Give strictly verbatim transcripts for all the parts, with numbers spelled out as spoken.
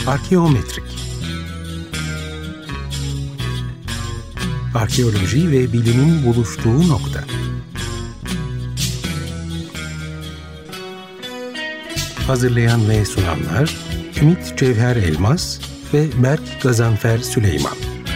Arkeometrik. Arkeoloji ve bilimin buluştuğu nokta. Hazırlayan ve sunanlar Ümit Cevher Elmas ve Berk Gazanfer Süleyman.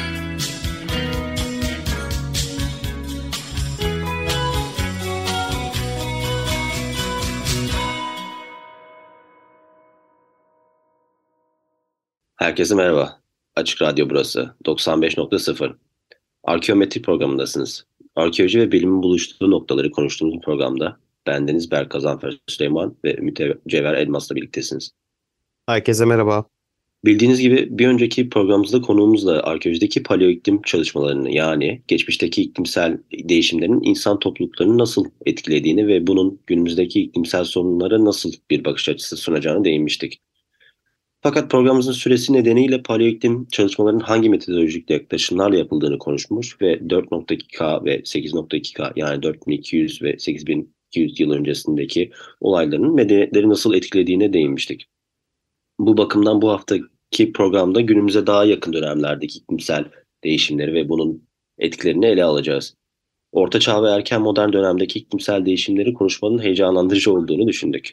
Herkese merhaba. Açık Radyo burası. doksan beş nokta sıfır. Arkeometrik programındasınız. Arkeoloji ve bilimin buluştuğu noktaları konuştuğumuz programda bendeniz Berk Gazanfer Süleyman ve Ümit Cevher Elmas'la birliktesiniz. Herkese merhaba. Bildiğiniz gibi bir önceki programımızda konuğumuzla arkeolojideki paleoiklim çalışmalarını, yani geçmişteki iklimsel değişimlerin insan topluluklarını nasıl etkilediğini ve bunun günümüzdeki iklimsel sorunlara nasıl bir bakış açısı sunacağını değinmiştik. Fakat programımızın süresi nedeniyle paleoiklim çalışmalarının hangi metodolojik yaklaşımlarla yapıldığını konuşmuş ve dört nokta iki K ve sekiz nokta iki K, yani dört bin iki yüz ve sekiz bin iki yüz yıl öncesindeki olayların medeniyetleri nasıl etkilediğine değinmiştik. Bu bakımdan bu haftaki programda günümüze daha yakın dönemlerdeki iklimsel değişimleri ve bunun etkilerini ele alacağız. Orta Çağ ve erken modern dönemdeki iklimsel değişimleri konuşmanın heyecanlandırıcı olduğunu düşündük.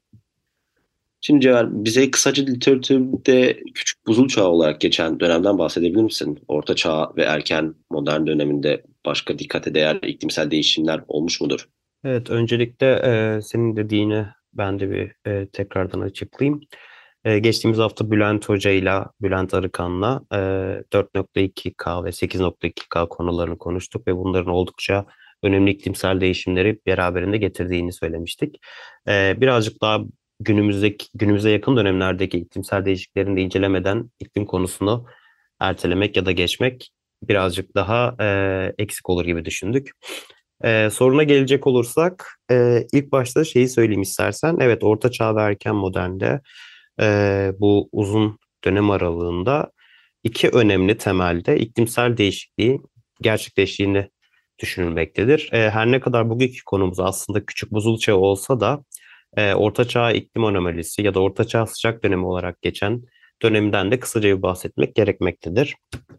Şimdi Cevher, bize kısaca literatürde küçük buzul çağı olarak geçen dönemden bahsedebilir misin? Orta Çağ ve erken modern döneminde başka dikkate değer iklimsel değişimler olmuş mudur? Evet, öncelikle e, senin dediğini ben de bir e, tekrardan açıklayayım. E, geçtiğimiz hafta Bülent Hoca ile Bülent Arıkan'la e, dört nokta iki K ve sekiz nokta iki K konularını konuştuk ve bunların oldukça önemli iklimsel değişimleri beraberinde getirdiğini söylemiştik. E, birazcık daha günümüzdeki günümüze yakın dönemlerdeki iklimsel değişikliklerini de incelemeden iklim konusunu ertelemek ya da geçmek birazcık daha e, eksik olur gibi düşündük. Ee, soruna gelecek olursak e, ilk başta şeyi söyleyeyim istersen. Evet, Orta Çağ ve Erken Modern'de e, bu uzun dönem aralığında iki önemli temelde iklimsel değişikliği gerçekleştiğini düşünülmektedir. E, her ne kadar bugünkü konumuz aslında Küçük Buzul Çağı olsa da e, Orta Çağ iklim anomalisi ya da Orta Çağ sıcak dönemi olarak geçen döneminden de kısaca bir bahsetmek gerekmektedir.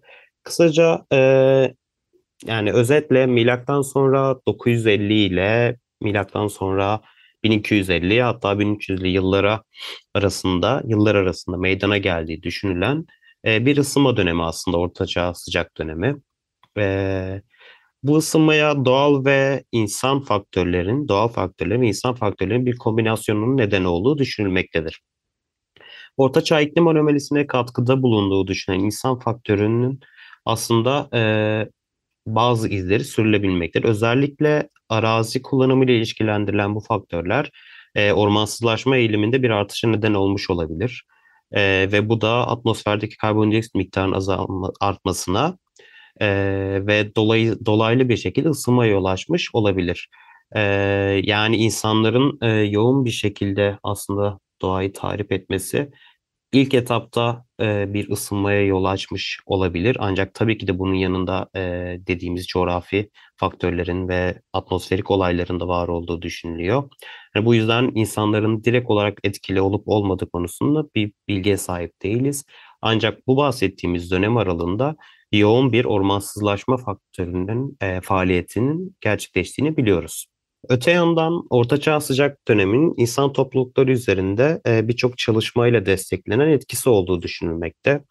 Kısaca e, yani özetle milattan sonra dokuz yüz elli ile milattan sonra bin iki yüz elli, hatta bin üç yüzlü yıllara arasında yıllar arasında meydana geldiği düşünülen e, bir ısınma dönemi aslında Orta Çağ sıcak dönemi. E, Bu ısınmaya doğal ve insan faktörlerin, doğal faktörlerin ve insan faktörlerin bir kombinasyonunun neden olduğu düşünülmektedir. Orta Çağ iklim anomalisine katkıda bulunduğu düşünen insan faktörünün aslında e, bazı izleri sürülebilmektedir. Özellikle arazi kullanımı ile ilişkilendirilen bu faktörler e, ormansızlaşma eğiliminde bir artışa neden olmuş olabilir. E, ve bu da atmosferdeki karbondioksit miktarının azalma, artmasına e, ve dolayı, dolaylı bir şekilde ısınmaya yol açmış olabilir. E, Yani insanların e, yoğun bir şekilde aslında doğayı tahrip etmesi İlk etapta e, bir ısınmaya yol açmış olabilir. Ancak tabii ki de bunun yanında e, dediğimiz coğrafi faktörlerin ve atmosferik olayların da var olduğu düşünülüyor. Yani bu yüzden insanların direkt olarak etkili olup olmadığı konusunda bir bilgiye sahip değiliz. Ancak bu bahsettiğimiz dönem aralığında yoğun bir ormansızlaşma faktörünün e, faaliyetinin gerçekleştiğini biliyoruz. Öte yandan Ortaçağ sıcak dönemin insan toplulukları üzerinde e, birçok çalışmayla desteklenen etkisi olduğu düşünülmekte.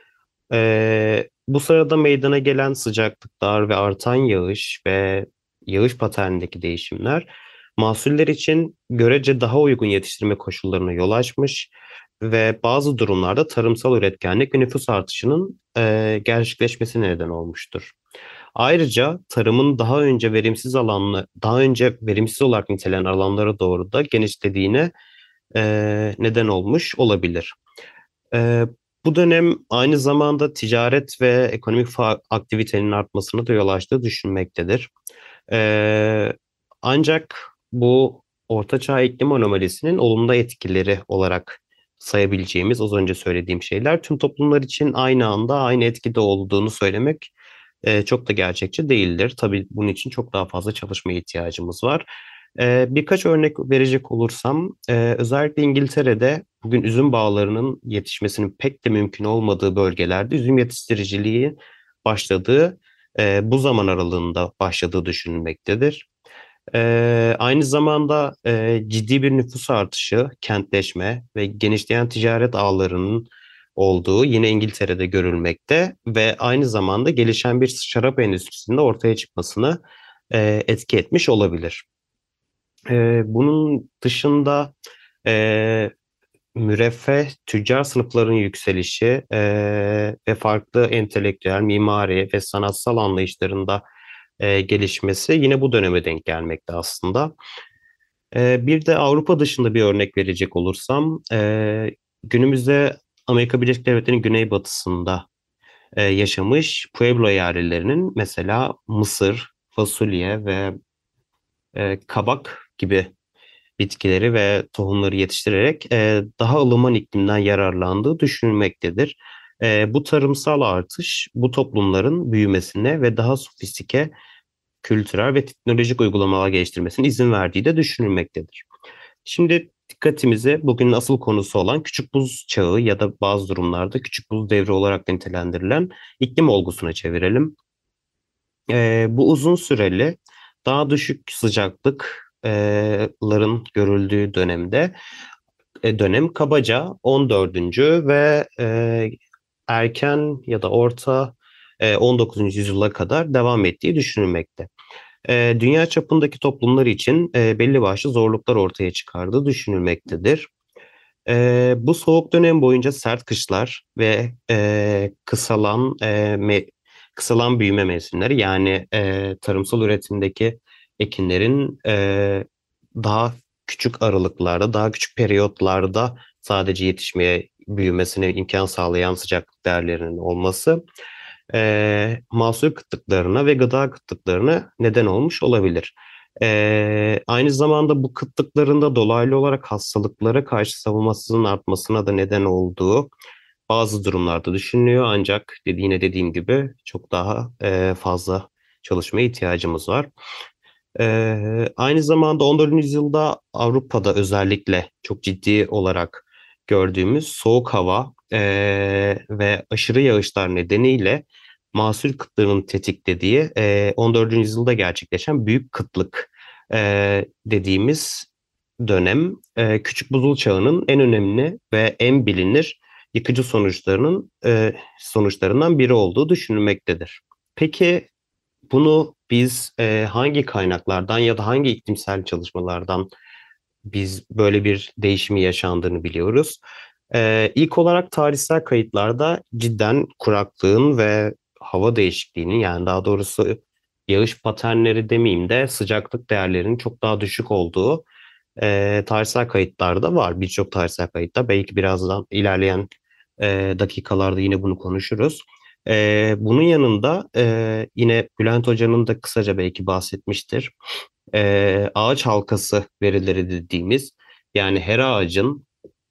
E, bu sırada meydana gelen sıcaklıklar ve artan yağış ve yağış paternindeki değişimler mahsuller için görece daha uygun yetiştirme koşullarına yol açmış ve bazı durumlarda tarımsal üretkenlik ve nüfus artışının e, gerçekleşmesine neden olmuştur. Ayrıca tarımın daha önce verimsiz alanlı, daha önce verimsiz olarak nitelenen alanlara doğru da genişlediğine e, neden olmuş olabilir. E, Bu dönem aynı zamanda ticaret ve ekonomik fa- aktivitenin artmasına da yol açtığı düşünmektedir. E, Ancak bu Ortaçağ iklim anomalisinin olumlu etkileri olarak sayabileceğimiz az önce söylediğim şeyler tüm toplumlar için aynı anda aynı etkide olduğunu söylemek e, çok da gerçekçi değildir. Tabii bunun için çok daha fazla çalışmaya ihtiyacımız var. E, birkaç örnek verecek olursam, e, özellikle İngiltere'de bugün üzüm bağlarının yetişmesinin pek de mümkün olmadığı bölgelerde üzüm yetiştiriciliği başladığı, e, bu zaman aralığında başladığı düşünülmektedir. E, aynı zamanda e, ciddi bir nüfus artışı, kentleşme ve genişleyen ticaret ağlarının olduğu yine İngiltere'de görülmekte ve aynı zamanda gelişen bir şarap endüstrisinin de ortaya çıkmasını e, etki etmiş olabilir. E, bunun dışında e, müreffeh tüccar sınıfların yükselişi e, ve farklı entelektüel, mimari ve sanatsal anlayışlarında e, gelişmesi yine bu döneme denk gelmekte aslında. E, bir de Avrupa dışında bir örnek verecek olursam, e, günümüzde Amerika Birleşik Devletleri'nin güneybatısında e, yaşamış Pueblo yerlilerinin mesela mısır, fasulye ve e, kabak gibi bitkileri ve tohumları yetiştirerek e, daha ılıman iklimden yararlandığı düşünülmektedir. E, bu tarımsal artış bu toplumların büyümesine ve daha sofistike kültürel ve teknolojik uygulamalar geliştirmesine izin verdiği de düşünülmektedir. Şimdi dikkatimizi bugünün asıl konusu olan küçük buz çağı ya da bazı durumlarda küçük buz devri olarak nitelendirilen iklim olgusuna çevirelim. E, bu uzun süreli daha düşük sıcaklıkların görüldüğü dönemde e, dönem kabaca on dördüncü ve e, erken ya da orta e, on dokuzuncu yüzyıla kadar devam ettiği düşünülmekte. E, dünya çapındaki toplumlar için e, belli başlı zorluklar ortaya çıkardığı düşünülmektedir. E, bu soğuk dönem boyunca sert kışlar ve e, kısalan e, me, kısalan büyüme mevsimleri, yani e, tarımsal üretimdeki ekinlerin e, daha küçük aralıklarda, daha küçük periyotlarda sadece yetişmeye, büyümesine imkan sağlayan sıcaklık değerlerinin olması e, mahsul kıtlıklarına ve gıda kıtlıklarına neden olmuş olabilir. E, aynı zamanda bu kıtlıkların da dolaylı olarak hastalıklara karşı savunmasının artmasına da neden olduğu bazı durumlarda düşünülüyor. Ancak dedi, yine dediğim gibi çok daha e, fazla çalışmaya ihtiyacımız var. Ee, aynı zamanda on dördüncü yüzyılda Avrupa'da özellikle çok ciddi olarak gördüğümüz soğuk hava ee, ve aşırı yağışlar nedeniyle mahsul kıtlığının tetiklediği ee, on dördüncü yüzyılda gerçekleşen büyük kıtlık ee, dediğimiz dönem ee, Küçük Buzul Çağı'nın en önemli ve en bilinir yıkıcı sonuçlarının ee, sonuçlarından biri olduğu düşünülmektedir. Peki bunu biz e, hangi kaynaklardan ya da hangi iklimsel çalışmalardan biz böyle bir değişimi yaşandığını biliyoruz? E, ilk olarak tarihsel kayıtlarda cidden kuraklığın ve hava değişikliğinin, yani daha doğrusu yağış paternleri demeyeyim de sıcaklık değerlerinin çok daha düşük olduğu e, tarihsel kayıtlarda var. Birçok tarihsel kayıtta, belki birazdan ilerleyen e, dakikalarda yine bunu konuşuruz. E, bunun yanında e, yine Bülent Hoca'nın da kısaca belki bahsetmiştir. E, ağaç halkası verileri dediğimiz, yani her ağacın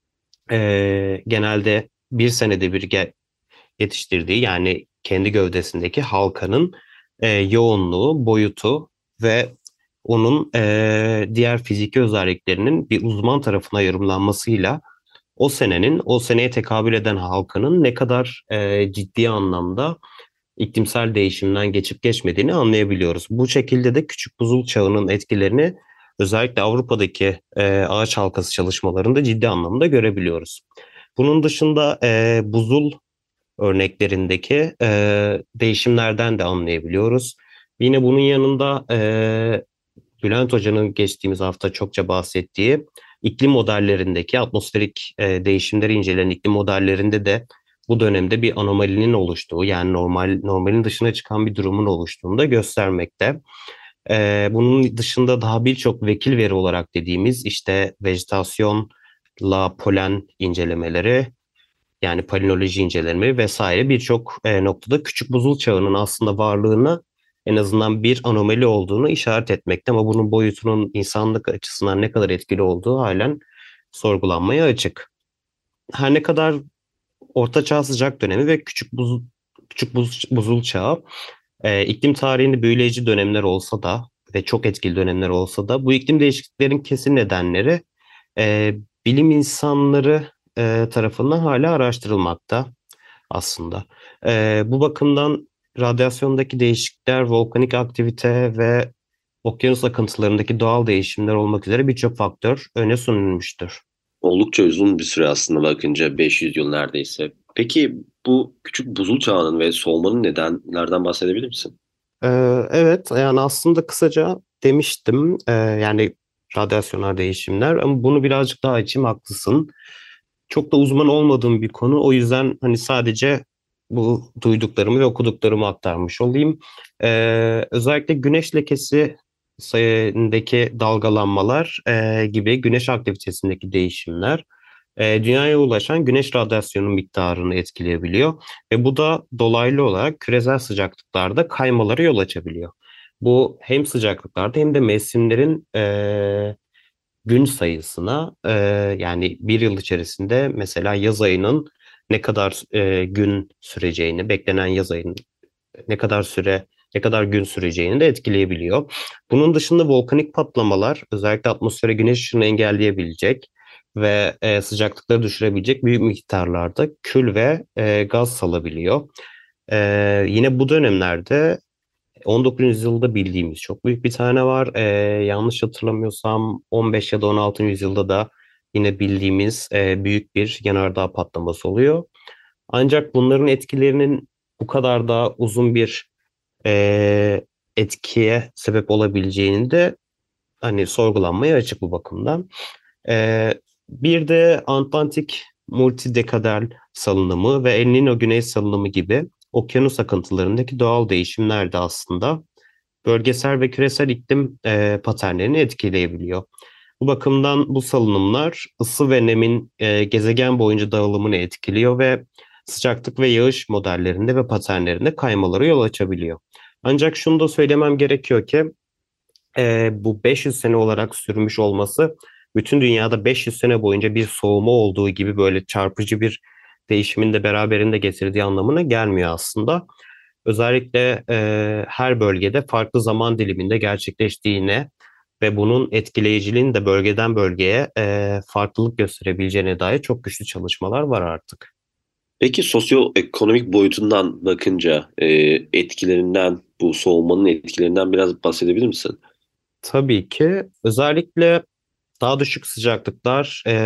e, genelde bir senede bir ge- yetiştirdiği, yani kendi gövdesindeki halkanın e, yoğunluğu, boyutu ve onun e, diğer fiziki özelliklerinin bir uzman tarafına yorumlanmasıyla o senenin, o seneye tekabül eden halkanın ne kadar e, ciddi anlamda iklimsel değişimden geçip geçmediğini anlayabiliyoruz. Bu şekilde de küçük buzul çağının etkilerini özellikle Avrupa'daki e, ağaç halkası çalışmalarında ciddi anlamda görebiliyoruz. Bunun dışında e, buzul örneklerindeki e, değişimlerden de anlayabiliyoruz. Yine bunun yanında e, Bülent Hoca'nın geçtiğimiz hafta çokça bahsettiği iklim modellerindeki atmosferik e, değişimleri inceleyen iklim modellerinde de bu dönemde bir anomalinin oluştuğu, yani normal normalin dışına çıkan bir durumun oluştuğunu da göstermekte. E, bunun dışında daha birçok vekil veri olarak dediğimiz işte vejetasyonla polen incelemeleri, yani palinoloji incelemeleri vesaire birçok e, noktada küçük buzul çağının aslında varlığını, en azından bir anomali olduğunu işaret etmekte, ama bunun boyutunun insanlık açısından ne kadar etkili olduğu halen sorgulanmaya açık. Her ne kadar Orta Çağ sıcak dönemi ve küçük buz küçük buz, buzul çağı e, iklim tarihinde büyüleyici dönemler olsa da ve çok etkili dönemler olsa da bu iklim değişikliklerin kesin nedenleri e, bilim insanları e, tarafından hala araştırılmakta aslında. E, bu bakımdan radyasyondaki değişiklikler, volkanik aktivite ve okyanus akıntılarındaki doğal değişimler olmak üzere birçok faktör öne sürülmüştür. Oldukça uzun bir süre aslında bakınca beş yüz yıl neredeyse. Peki bu küçük buzul çağının ve soğumanın nedenlerden bahsedebilir misin? Ee, evet, yani aslında kısaca demiştim, Ee, yani radyasyonel değişimler, ama bunu birazcık daha açayım, haklısın. Çok da uzman olmadığım bir konu, o yüzden hani sadece bu duyduklarımı ve okuduklarımı aktarmış olayım. Ee, özellikle güneş lekesi sayesindeki dalgalanmalar e, gibi güneş aktivitesindeki değişimler e, dünyaya ulaşan güneş radyasyonu miktarını etkileyebiliyor ve bu da dolaylı olarak küresel sıcaklıklarda kaymalara yol açabiliyor. Bu hem sıcaklıklarda hem de mevsimlerin e, gün sayısına, e, yani bir yıl içerisinde mesela yaz ayının ne kadar e, gün süreceğini, beklenen yaz ayının ne kadar süre, ne kadar gün süreceğini de etkileyebiliyor. Bunun dışında volkanik patlamalar özellikle atmosfere güneş ışını engelleyebilecek ve e, sıcaklıkları düşürebilecek büyük miktarlarda kül ve e, gaz salabiliyor. E, Yine bu dönemlerde on dokuzuncu yüzyılda bildiğimiz çok büyük bir tane var. E, yanlış hatırlamıyorsam on beş ya da on altıncı yüzyılda da yine bildiğimiz e, büyük bir yanardağ patlaması oluyor. Ancak bunların etkilerinin bu kadar daha uzun bir e, etkiye sebep olabileceğini de hani sorgulanmaya açık bu bakımdan. E, Bir de Atlantik multidekadal salınımı ve El Niño güney salınımı gibi okyanus akıntılarındaki doğal değişimler de aslında bölgesel ve küresel iklim e, paternlerini etkileyebiliyor. Bu bakımdan bu salınımlar ısı ve nemin e, gezegen boyunca dağılımını etkiliyor ve sıcaklık ve yağış modellerinde ve paternlerinde kaymalara yol açabiliyor. Ancak şunu da söylemem gerekiyor ki e, bu beş yüz sene olarak sürmüş olması bütün dünyada beş yüz sene boyunca bir soğuma olduğu gibi böyle çarpıcı bir değişimin de beraberinde getirdiği anlamına gelmiyor aslında. Özellikle e, her bölgede farklı zaman diliminde gerçekleştiğine ve bunun etkileyiciliğinin de bölgeden bölgeye e, farklılık gösterebileceğine dair çok güçlü çalışmalar var artık. Peki sosyoekonomik boyutundan bakınca e, etkilerinden, bu soğumanın etkilerinden biraz bahsedebilir misin? Tabii ki özellikle daha düşük sıcaklıklar e,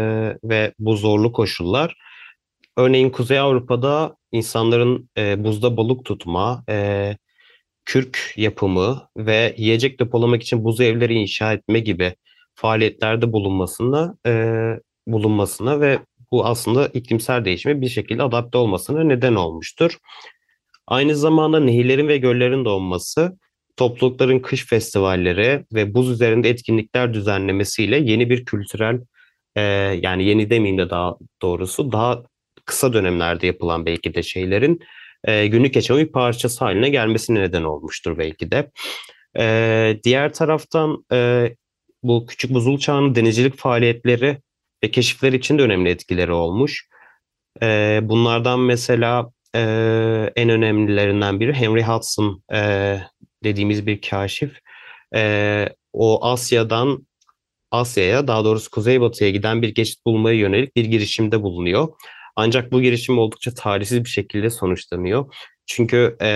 ve bu zorlu koşullar. Örneğin Kuzey Avrupa'da insanların e, buzda balık tutma, e, kürk yapımı ve yiyecek depolamak için buz evleri inşa etme gibi faaliyetlerde bulunmasına e, bulunmasına ve bu aslında iklimsel değişime bir şekilde adapte olmasına neden olmuştur. Aynı zamanda nehirlerin ve göllerin donması, toplulukların kış festivalleri ve buz üzerinde etkinlikler düzenlemesiyle yeni bir kültürel, e, yani yeni demeyeyim de daha doğrusu daha kısa dönemlerde yapılan belki de şeylerin e, günlük yaşamın bir parçası haline gelmesine neden olmuştur belki de. E, diğer taraftan e, bu küçük buzul çağının denizcilik faaliyetleri ve keşifler için de önemli etkileri olmuş. E, bunlardan mesela e, en önemlilerinden biri Henry Hudson e, dediğimiz bir kaşif. E, o Asya'dan Asya'ya, daha doğrusu Kuzeybatı'ya giden bir geçit bulmaya yönelik bir girişimde bulunuyor. Ancak bu girişim oldukça talihsiz bir şekilde sonuçlanıyor. Çünkü e,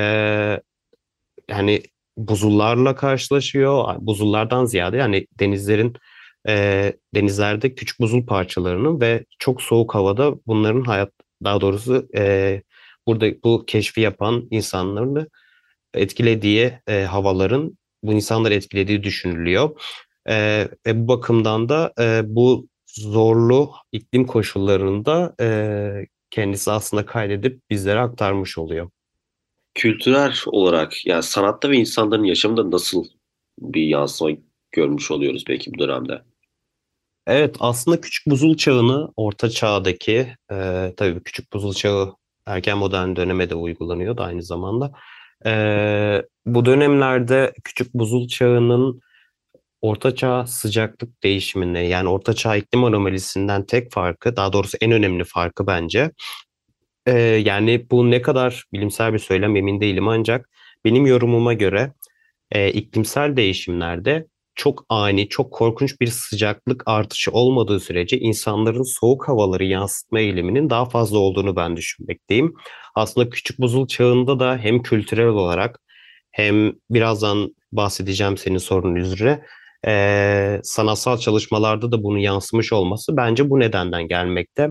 yani buzullarla karşılaşıyor. Buzullardan ziyade yani denizlerin e, denizlerde küçük buzul parçalarının ve çok soğuk havada bunların hayat, daha doğrusu e, burada bu keşfi yapan insanların etkilediği e, havaların bu insanları etkilediği düşünülüyor. E, ve bu bakımdan da e, bu zorlu iklim koşullarında e, kendisi aslında kaydedip bizlere aktarmış oluyor. Kültürel olarak yani sanatta ve insanların yaşamında nasıl bir yansıma görmüş oluyoruz belki bu dönemde? Evet, aslında küçük buzul çağını orta çağdaki, e, tabii küçük buzul çağı erken modern döneme de uygulanıyor da aynı zamanda. E, bu dönemlerde küçük buzul çağının orta çağ sıcaklık değişimine, yani orta çağ iklim anomalisinden tek farkı, daha doğrusu en önemli farkı bence. e, yani bu ne kadar bilimsel bir söylem emin değilim, ancak benim yorumuma göre e, iklimsel değişimlerde çok ani, çok korkunç bir sıcaklık artışı olmadığı sürece insanların soğuk havaları yansıtma eğiliminin daha fazla olduğunu ben düşünmekteyim. Aslında Küçük Buzul Çağı'nda da hem kültürel olarak hem birazdan bahsedeceğim senin sorunun üzere eee, sanatsal çalışmalarda da bunu yansımış olması bence bu nedenden gelmekte.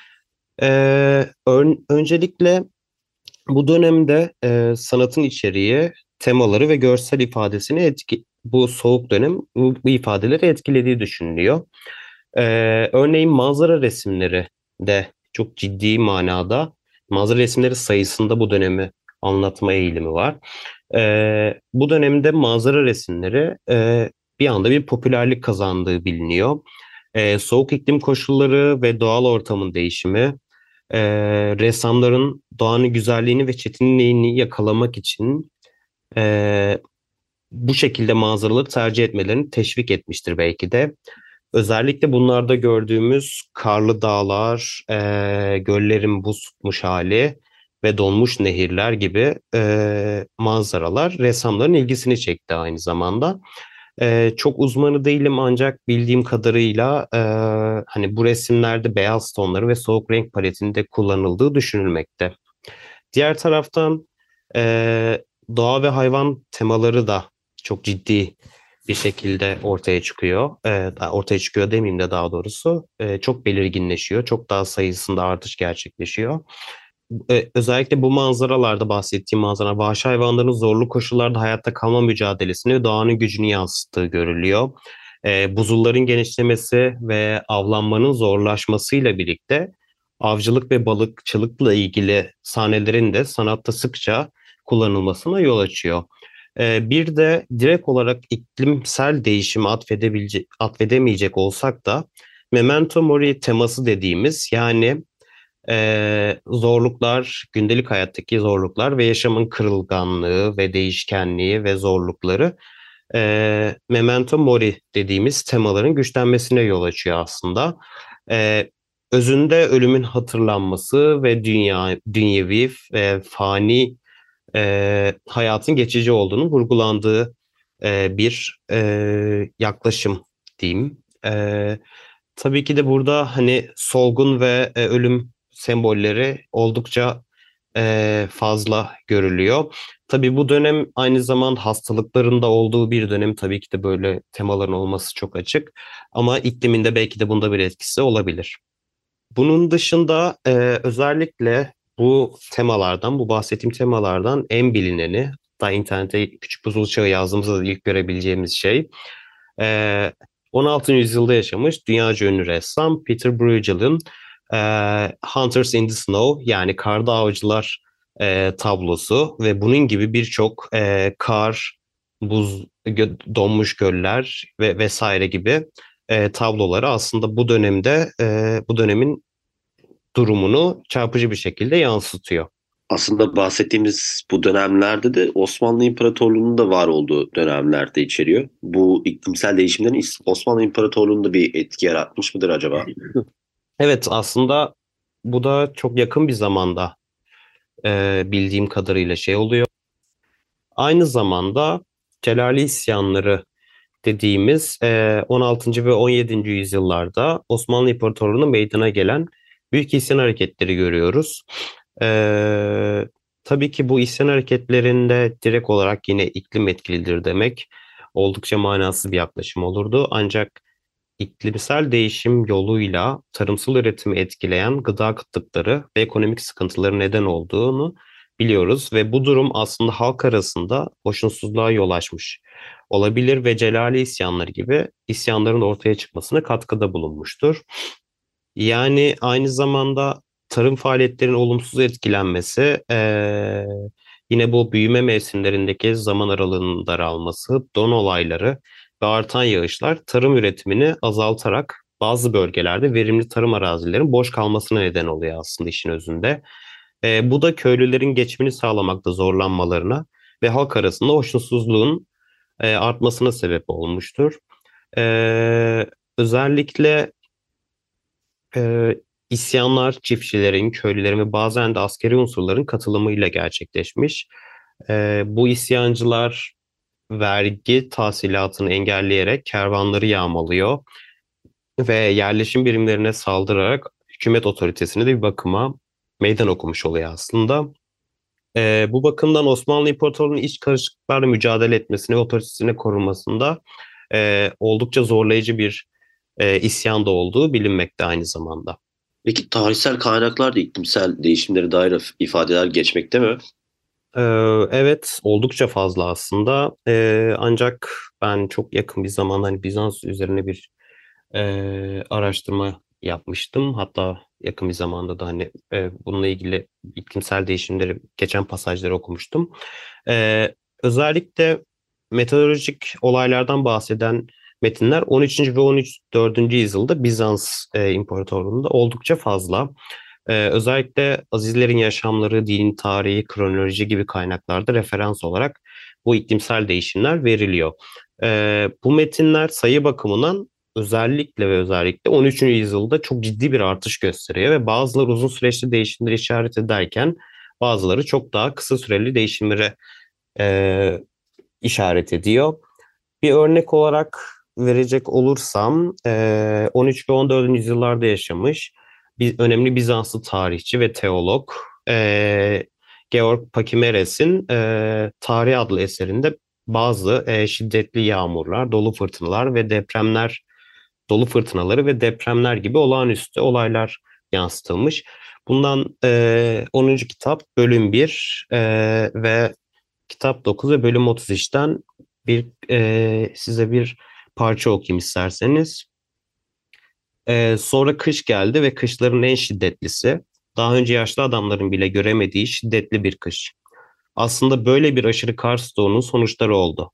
Eee, ön- öncelikle bu dönemde e, sanatın içeriği, temaları ve görsel ifadesini etki, bu soğuk dönem bu, bu ifadeleri etkilediği düşünülüyor. E, Örneğin manzara resimleri de çok ciddi manada manzara resimleri sayısında bu dönemi anlatma eğilimi var. E, bu dönemde manzara resimleri e, bir anda bir popülerlik kazandığı biliniyor. E, soğuk iklim koşulları ve doğal ortamın değişimi e, ressamların doğanın güzelliğini ve çetinliğini yakalamak için e, bu şekilde manzaraları tercih etmelerini teşvik etmiştir belki de. Özellikle bunlarda gördüğümüz karlı dağlar, e, göllerin buz tutmuş hali ve donmuş nehirler gibi e, manzaralar ressamların ilgisini çekti aynı zamanda. Ee, çok uzmanı değilim ancak bildiğim kadarıyla e, hani bu resimlerde beyaz tonları ve soğuk renk paletinde kullanıldığı düşünülmekte. Diğer taraftan e, doğa ve hayvan temaları da çok ciddi bir şekilde ortaya çıkıyor. E, ortaya çıkıyor demeyeyim de daha doğrusu e, çok belirginleşiyor. Çok daha sayısında artış gerçekleşiyor. E, özellikle bu manzaralarda bahsettiğim manzara vahşi hayvanların zorlu koşullarda hayatta kalma mücadelesini ve doğanın gücünü yansıttığı görülüyor. E, buzulların genişlemesi ve avlanmanın zorlaşmasıyla birlikte avcılık ve balıkçılıkla ilgili sahnelerin de sanatta sıkça kullanılmasına yol açıyor. E, bir de direkt olarak iklimsel değişimi atfedebilecek, atfedemeyecek olsak da Memento Mori teması dediğimiz yani ee, zorluklar, gündelik hayattaki zorluklar ve yaşamın kırılganlığı ve değişkenliği ve zorlukları e, Memento Mori dediğimiz temaların güçlenmesine yol açıyor aslında. Ee, Özünde ölümün hatırlanması ve dünya, dünyevi ve fani e, hayatın geçici olduğunu vurgulandığı e, bir e, yaklaşım diyeyim. E, tabii ki de burada hani solgun ve e, ölüm sembolleri oldukça e, fazla görülüyor. Tabii bu dönem aynı zamanda hastalıkların da olduğu bir dönem, tabii ki de böyle temaların olması çok açık. Ama ikliminde belki de bunda bir etkisi olabilir. Bunun dışında e, özellikle bu temalardan, bu bahsettiğim temalardan en bilineni, hatta internete Küçük Buzul Çağı yazdığımızda da ilk görebileceğimiz şey, e, on altıncı yüzyılda yaşamış dünyaca ünlü ressam Peter Bruegel'in e, Hunters in the Snow yani Karda Avcılar e, tablosu ve bunun gibi birçok e, kar, buz, gö- donmuş göller ve vesaire gibi e, tabloları aslında bu dönemde e, bu dönemin durumunu çarpıcı bir şekilde yansıtıyor. Aslında bahsettiğimiz bu dönemlerde de Osmanlı İmparatorluğu'nun da var olduğu dönemlerde içeriyor. Bu iklimsel değişimlerin İs- Osmanlı İmparatorluğu'nda bir etki yaratmış mıdır acaba? Evet, aslında bu da çok yakın bir zamanda e, bildiğim kadarıyla şey oluyor. Aynı zamanda Celali isyanları dediğimiz e, on altıncı ve on yedinci yüzyıllarda Osmanlı İmparatorluğu'nun meydana gelen büyük isyan hareketleri görüyoruz. E, tabii ki bu isyan hareketlerinde direkt olarak yine iklim etkilidir demek oldukça manasız bir yaklaşım olurdu. Ancak iklimsel değişim yoluyla tarımsal üretimi etkileyen gıda kıtlıkları ve ekonomik sıkıntıları neden olduğunu biliyoruz ve bu durum aslında halk arasında hoşnutsuzluğa yol açmış olabilir ve Celali isyanları gibi isyanların ortaya çıkmasına katkıda bulunmuştur. Yani aynı zamanda tarım faaliyetlerinin olumsuz etkilenmesi, eee, yine bu büyüme mevsimlerindeki zaman aralığının daralması, don olayları ve artan yağışlar tarım üretimini azaltarak bazı bölgelerde verimli tarım arazilerin boş kalmasına neden oluyor aslında işin özünde. Eee, bu da köylülerin geçimini sağlamakta zorlanmalarına ve halk arasında hoşnutsuzluğun eee, artmasına sebep olmuştur. Eee, Özellikle e, isyanlar çiftçilerin, köylülerin ve bazen de askeri unsurların katılımıyla gerçekleşmiş. E, bu isyancılar vergi tahsilatını engelleyerek kervanları yağmalıyor ve yerleşim birimlerine saldırarak hükümet otoritesini de bir bakıma meydan okumuş oluyor aslında. Ee, bu bakımdan Osmanlı İmparatorluğu'nun iç karışıklıklarla mücadele etmesini ve otoritesini korunmasında e, oldukça zorlayıcı bir e, isyan da olduğu bilinmekte aynı zamanda. Peki tarihsel kaynaklarda iklimsel değişimlere dair ifadeler geçmekte mi? Ee, evet, oldukça fazla aslında. Ee, ancak ben çok yakın bir zaman hani Bizans üzerine bir e, araştırma yapmıştım. Hatta yakın bir zamanda da hani e, bununla ilgili iklimsel değişimleri geçen pasajları okumuştum. Ee, özellikle meteorolojik olaylardan bahseden metinler on üçüncü ve on dördüncü yüzyılda Bizans e, İmparatorluğu'nda oldukça fazla. Ee, özellikle Azizlerin yaşamları, dinin tarihi, kronoloji gibi kaynaklarda referans olarak bu iklimsel değişimler veriliyor. Ee, bu metinler sayı bakımından özellikle ve özellikle on üçüncü yüzyılda çok ciddi bir artış gösteriyor ve bazıları uzun süreçli değişimleri işaret ederken bazıları çok daha kısa süreli değişimlere e, işaret ediyor. Bir örnek olarak verecek olursam e, on üç ve on dördüncü yüzyıllarda yaşamış bir önemli Bizanslı tarihçi ve teolog e, Georg Pakimeres'in e, Tarih adlı eserinde bazı e, şiddetli yağmurlar, dolu fırtınalar ve depremler, dolu fırtınaları ve depremler gibi olağanüstü olaylar yansıtılmış. Bundan e, onuncu kitap bölüm bir e, ve kitap dokuz ve bölüm otuz üçten bir e, size bir parça okuyayım isterseniz. E, sonra kış geldi ve kışların en şiddetlisi, daha önce yaşlı adamların bile göremediği şiddetli bir kış. Aslında böyle bir aşırı kar stoğunun sonuçları oldu.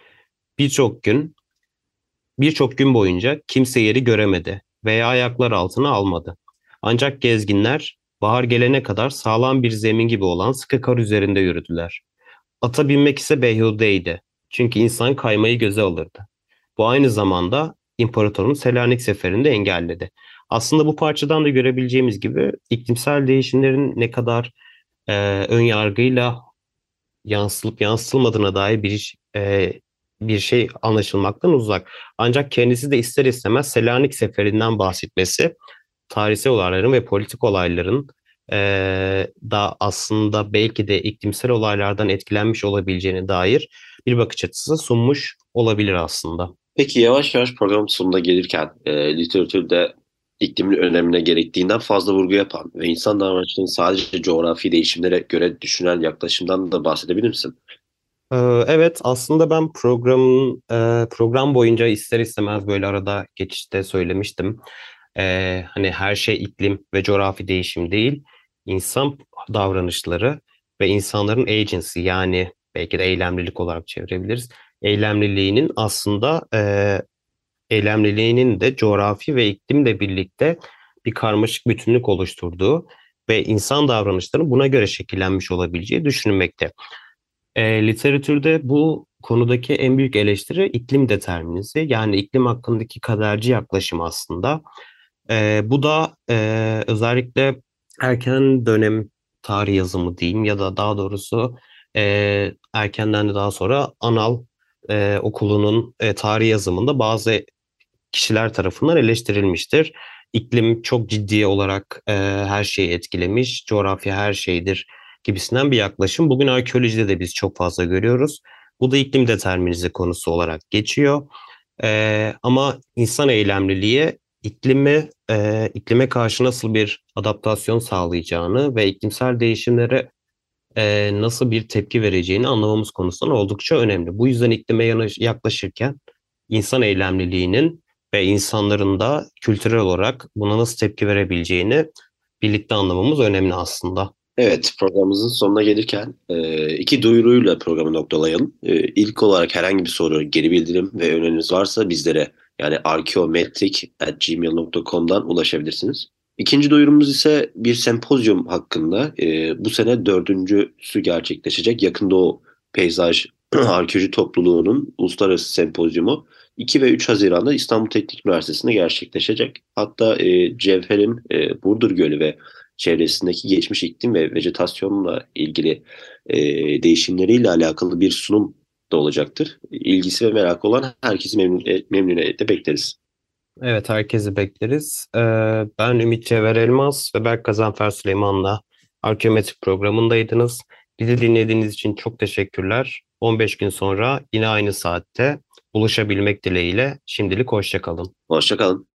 Birçok gün, birçok gün boyunca kimse yeri göremedi veya ayaklar altına almadı. Ancak gezginler bahar gelene kadar sağlam bir zemin gibi olan sıkı kar üzerinde yürüdüler. Ata binmek ise beyhudeydi. Çünkü insan kaymayı göze alırdı. Bu aynı zamanda imparatorun Selanik seferini de engelledi. Aslında bu parçadan da görebileceğimiz gibi iklimsel değişimlerin ne kadar e, ön yargıyla yansılıp yansıtılmadığına dair bir e, bir şey anlaşılmaktan uzak. Ancak kendisi de ister istemez Selanik seferinden bahsetmesi tarihsel olayların ve politik olayların e, da aslında belki de iklimsel olaylardan etkilenmiş olabileceğine dair bir bakış açısı sunmuş olabilir aslında. Peki yavaş yavaş program sonuna gelirken e, literatürde iklimin önemine gerektiğinden fazla vurgu yapan ve insan davranışlarının sadece coğrafi değişimlere göre düşünen yaklaşımdan da bahsedebilir misin? Ee, Evet, aslında ben programın e, program boyunca ister istemez böyle arada geçişte söylemiştim. Ee, hani her şey iklim ve coğrafi değişim değil, insan davranışları ve insanların agency, yani belki de eylemlilik olarak çevirebiliriz. Eylemliliğinin aslında e, eylemliliğinin de coğrafi ve iklimle birlikte bir karmaşık bütünlük oluşturduğu ve insan davranışlarının buna göre şekillenmiş olabileceği düşünülmekte. E, literatürde bu konudaki en büyük eleştiri iklim determinizmi, yani iklim hakkındaki kaderci yaklaşım aslında. E, bu da e, özellikle erken dönem tarih yazımı diyeyim ya da daha doğrusu e, erkenden de daha sonra Anal e, okulunun e, tarih yazımında bazı kişiler tarafından eleştirilmiştir. İklim çok ciddi olarak e, her şeyi etkilemiş, coğrafya her şeydir gibisinden bir yaklaşım. Bugün arkeolojide de biz çok fazla görüyoruz. Bu da iklim determinizmi konusu olarak geçiyor. E, ama insan eylemliliği iklimi, e, iklime karşı nasıl bir adaptasyon sağlayacağını ve iklimsel değişimlere e, nasıl bir tepki vereceğini anlamamız konusundan oldukça önemli. Bu yüzden iklime yanaş- yaklaşırken insan eylemliliğinin ve insanların da kültürel olarak buna nasıl tepki verebileceğini birlikte anlamamız önemli aslında. Evet, programımızın sonuna gelirken e, iki duyuruyla programı noktalayalım. E, ilk olarak herhangi bir soru, geri bildirim ve öneriniz varsa bizlere, yani arkeometrik at gmail nokta com'dan ulaşabilirsiniz. İkinci duyurumuz ise bir sempozyum hakkında. E, bu sene dördüncüsü gerçekleşecek. Yakın Doğu Peyzaj Arkeoloji Topluluğu'nun uluslararası sempozyumu iki ve üç Haziran'da İstanbul Teknik Üniversitesi'nde gerçekleşecek. Hatta e, Cevher'in e, Burdur Gölü ve çevresindeki geçmiş iklim ve vejetasyonla ilgili e, değişimleriyle alakalı bir sunum da olacaktır. İlgisi ve merakı olan herkesi memnun, e, memnuniyetle bekleriz. Evet, herkesi bekleriz. Ee, ben Ümit Cevher Elmas ve Berk Gazanfer Süleyman'la Arkeometrik programındaydınız. Bizi dinlediğiniz için çok teşekkürler. on beş gün sonra yine aynı saatte buluşabilmek dileğiyle şimdilik hoşça kalın. Hoşça kalın.